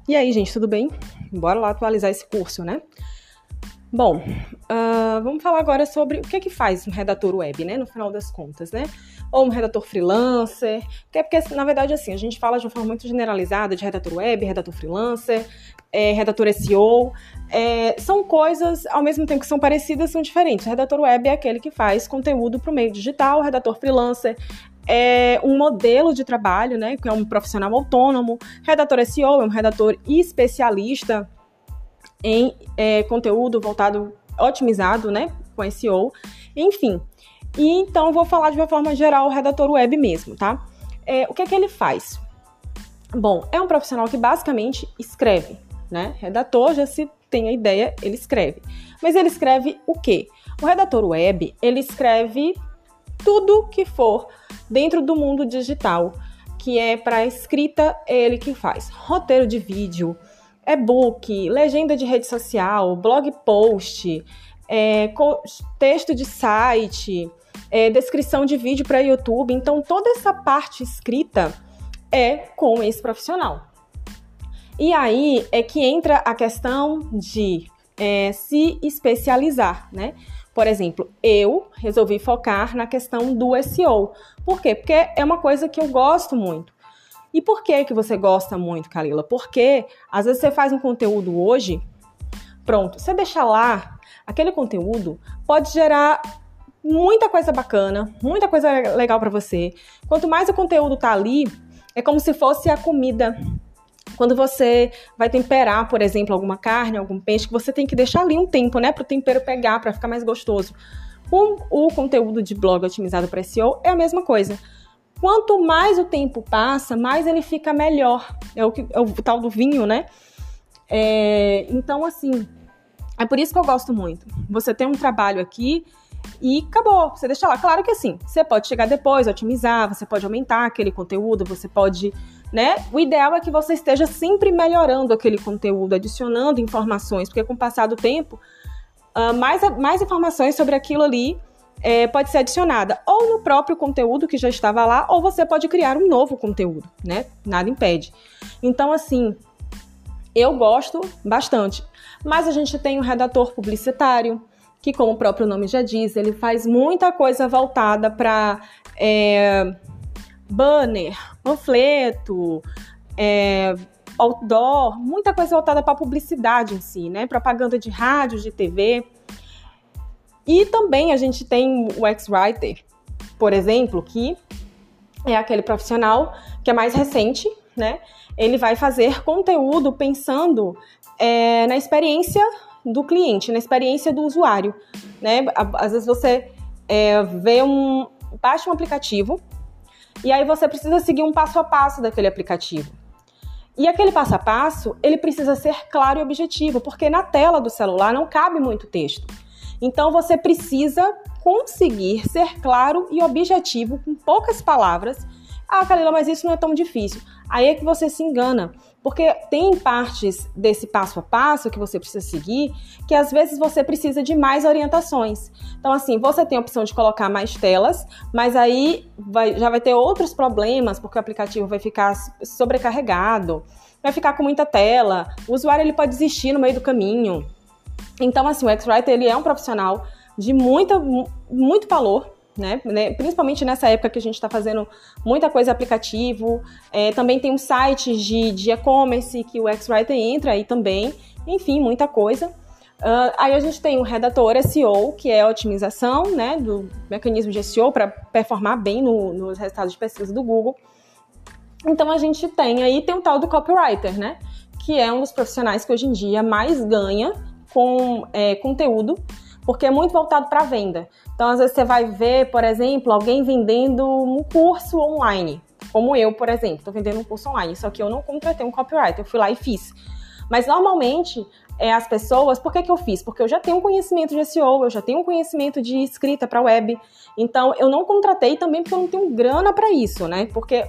E aí, gente, tudo bem? Bora lá atualizar esse curso, né? Bom, vamos falar agora sobre o que faz um redator web, né? No final das contas, né? Ou um redator freelancer, porque na verdade, assim, a gente fala de uma forma muito generalizada de redator web, redator freelancer, redator SEO, são coisas, ao mesmo tempo que são parecidas, são diferentes. O redator web é aquele que faz conteúdo para o meio digital, o redator freelancer é um modelo de trabalho, né, que é um profissional autônomo. Redator SEO é um redator especialista em conteúdo voltado, otimizado, né, com SEO, enfim. E então vou falar de uma forma geral o redator web mesmo, tá? O que ele faz? Bom, é um profissional que basicamente escreve, né? Redator, já se tem a ideia, ele escreve. Mas ele escreve o quê? O redator web, ele escreve tudo que for dentro do mundo digital, que é para escrita, é ele que faz. Roteiro de vídeo, e-book, legenda de rede social, blog post, texto de site, descrição de vídeo para YouTube. Então, toda essa parte escrita é com esse profissional. E aí é que entra a questão de se especializar, né? Por exemplo, eu resolvi focar na questão do SEO. Por quê? Porque é uma coisa que eu gosto muito. E por que você gosta muito, Kalila? Porque às vezes você faz um conteúdo hoje, pronto, você deixa lá, aquele conteúdo pode gerar muita coisa bacana, muita coisa legal para você. Quanto mais o conteúdo tá ali, é como se fosse a comida. Quando você vai temperar, por exemplo, alguma carne, algum peixe, que você tem que deixar ali um tempo, né, para o tempero pegar, para ficar mais gostoso. O conteúdo de blog otimizado para SEO é a mesma coisa. Quanto mais o tempo passa, mais ele fica melhor. É o tal do vinho, né? Então, assim, é por isso que eu gosto muito. Você tem um trabalho aqui e acabou. Você deixa lá. Claro que assim, você pode chegar depois, otimizar, você pode aumentar aquele conteúdo, você pode, né? O ideal é que você esteja sempre melhorando aquele conteúdo, adicionando informações, porque com o passar do tempo, mais informações sobre aquilo ali pode ser adicionada ou no próprio conteúdo que já estava lá, ou você pode criar um novo conteúdo, né? Nada impede. Então, assim, eu gosto bastante. Mas a gente tem um redator publicitário, que, como o próprio nome já diz, ele faz muita coisa voltada para banner, panfleto, outdoor, muita coisa voltada para publicidade em si, né? Propaganda de rádio, de TV. E também a gente tem o UX-Writer, por exemplo, que é aquele profissional que é mais recente, né? Ele vai fazer conteúdo pensando na experiência do cliente, na experiência do usuário, né? Às vezes você baixa um aplicativo e aí você precisa seguir um passo a passo daquele aplicativo. E aquele passo a passo, ele precisa ser claro e objetivo, porque na tela do celular não cabe muito texto. Então, você precisa conseguir ser claro e objetivo com poucas palavras. Ah, Kalila, mas isso não é tão difícil. Aí é que você se engana, porque tem partes desse passo a passo que você precisa seguir, que às vezes você precisa de mais orientações. Então, assim, você tem a opção de colocar mais telas, mas aí já vai ter outros problemas, porque o aplicativo vai ficar sobrecarregado, vai ficar com muita tela, o usuário ele pode desistir no meio do caminho. Então, assim, o UX-Writer, ele é um profissional de muito valor, né? Principalmente nessa época que a gente está fazendo muita coisa aplicativo. Também tem um site de e-commerce que o UX-Writer entra aí também. Enfim, muita coisa. Aí a gente tem o redator SEO, que é a otimização, né, do mecanismo de SEO para performar bem nos resultados de pesquisa do Google. Então, a gente tem um tal do copywriter, né? Que é um dos profissionais que hoje em dia mais ganha com conteúdo, porque é muito voltado para venda. Então, às vezes você vai ver, por exemplo, alguém vendendo um curso online, como eu, por exemplo, estou vendendo um curso online, só que eu não contratei um copywriter, eu fui lá e fiz. Mas, normalmente, as pessoas, por que eu fiz? Porque eu já tenho um conhecimento de SEO, eu já tenho um conhecimento de escrita para web, então eu não contratei também porque eu não tenho grana para isso, né? Porque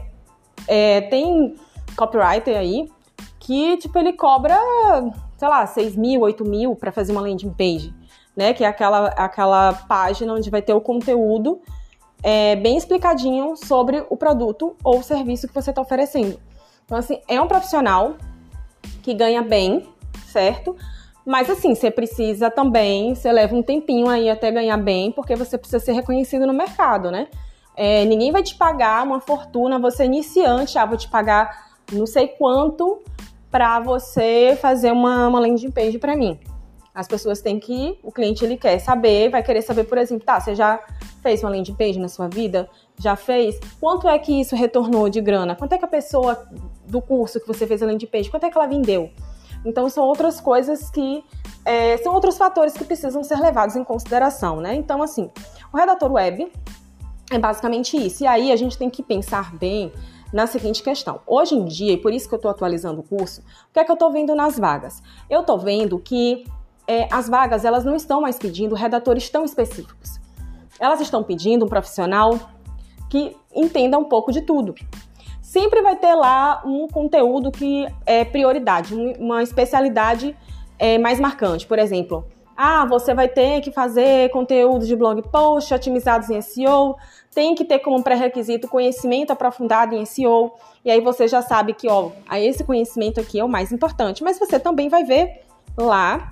tem copywriter aí que, tipo, ele cobra, sei lá, 6 mil, 8 mil para fazer uma landing page, né? Que é aquela página onde vai ter o conteúdo bem explicadinho sobre o produto ou o serviço que você está oferecendo. Então, assim, é um profissional que ganha bem, certo? Mas assim, você precisa também, você leva um tempinho aí até ganhar bem, porque você precisa ser reconhecido no mercado, né? Ninguém vai te pagar uma fortuna, você é iniciante, vou te pagar não sei quanto para você fazer uma landing page para mim. As pessoas têm que, o cliente ele quer saber, vai querer saber, por exemplo, você já fez uma landing page na sua vida? Já fez? Quanto é que isso retornou de grana? Quanto é que a pessoa do curso que você fez a landing page, quanto é que ela vendeu? Então, são outras coisas que, são outros fatores que precisam ser levados em consideração, né? Então, assim, o redator web é basicamente isso. E aí, a gente tem que pensar bem na seguinte questão. Hoje em dia, e por isso que eu estou atualizando o curso, o que é que eu estou vendo nas vagas? Eu estou vendo que as vagas, elas não estão mais pedindo redatores tão específicos. Elas estão pedindo um profissional que entenda um pouco de tudo. Sempre vai ter lá um conteúdo que é prioridade, uma especialidade mais marcante. Por exemplo, você vai ter que fazer conteúdo de blog post otimizados em SEO, tem que ter como pré-requisito conhecimento aprofundado em SEO, e aí você já sabe que esse conhecimento aqui é o mais importante. Mas você também vai ver lá,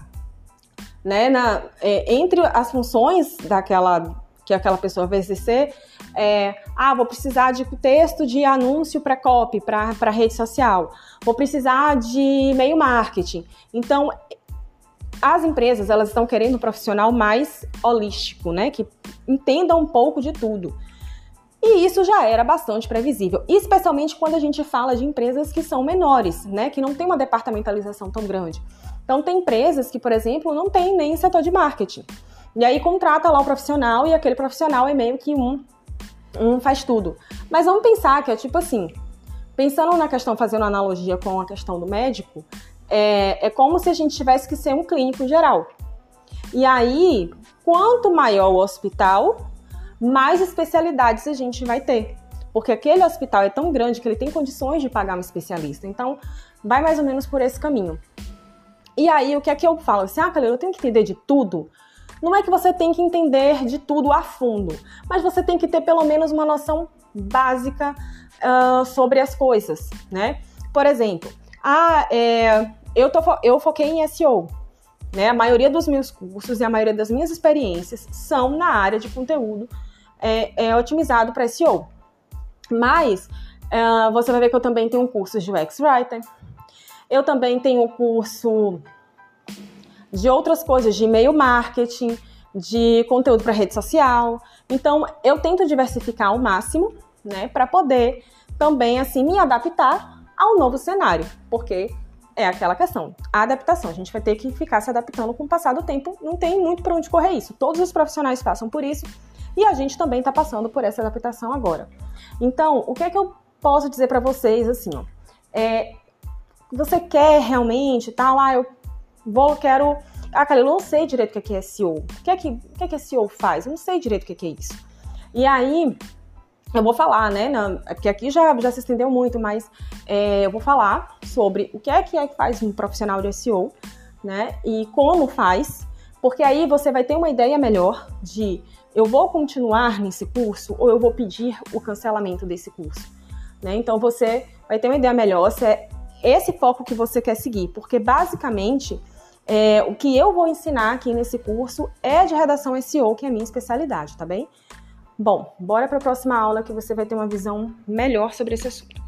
né, entre as funções que aquela pessoa vai exercer, vou precisar de texto de anúncio para copy, para rede social, vou precisar de e-mail marketing. Então, as empresas, elas estão querendo um profissional mais holístico, né, que entenda um pouco de tudo. E isso já era bastante previsível, especialmente quando a gente fala de empresas que são menores, né, que não tem uma departamentalização tão grande. Então, tem empresas que, por exemplo, não tem nem setor de marketing. E aí contrata lá o profissional e aquele profissional é meio que um faz tudo. Mas vamos pensar que é tipo assim, pensando na questão, fazendo analogia com a questão do médico, é como se a gente tivesse que ser um clínico geral. E aí, quanto maior o hospital, mais especialidades a gente vai ter. Porque aquele hospital é tão grande que ele tem condições de pagar um especialista. Então, vai mais ou menos por esse caminho. E aí, o que é que eu falo? Assim, Kalila, eu tenho que entender de tudo? Não é que você tem que entender de tudo a fundo, mas você tem que ter pelo menos uma noção básica sobre as coisas, né? Por exemplo, eu foquei em SEO, né? A maioria dos meus cursos e a maioria das minhas experiências são na área de conteúdo otimizado para SEO. Mas você vai ver que eu também tenho cursos de UX Writer, eu também tenho curso de outras coisas, de e-mail marketing, de conteúdo para rede social. Então, eu tento diversificar ao máximo, né, para poder também, assim, me adaptar ao novo cenário, porque é aquela questão, a adaptação. A gente vai ter que ficar se adaptando com o passar do tempo, não tem muito para onde correr isso. Todos os profissionais passam por isso e a gente também está passando por essa adaptação agora. Então, o que é que eu posso dizer para vocês, assim, você quer realmente, eu quero... Kalila, eu não sei direito o que é SEO. O que é SEO faz? Eu não sei direito o que é isso. E aí, eu vou falar, né? Porque aqui já se estendeu muito, mas eu vou falar sobre o que é que faz um profissional de SEO, né? E como faz, porque aí você vai ter uma ideia melhor de eu vou continuar nesse curso ou eu vou pedir o cancelamento desse curso, né? Então, você vai ter uma ideia melhor se é esse foco que você quer seguir, porque basicamente o que eu vou ensinar aqui nesse curso é de redação SEO, que é a minha especialidade, tá bem? Bom, bora para a próxima aula que você vai ter uma visão melhor sobre esse assunto.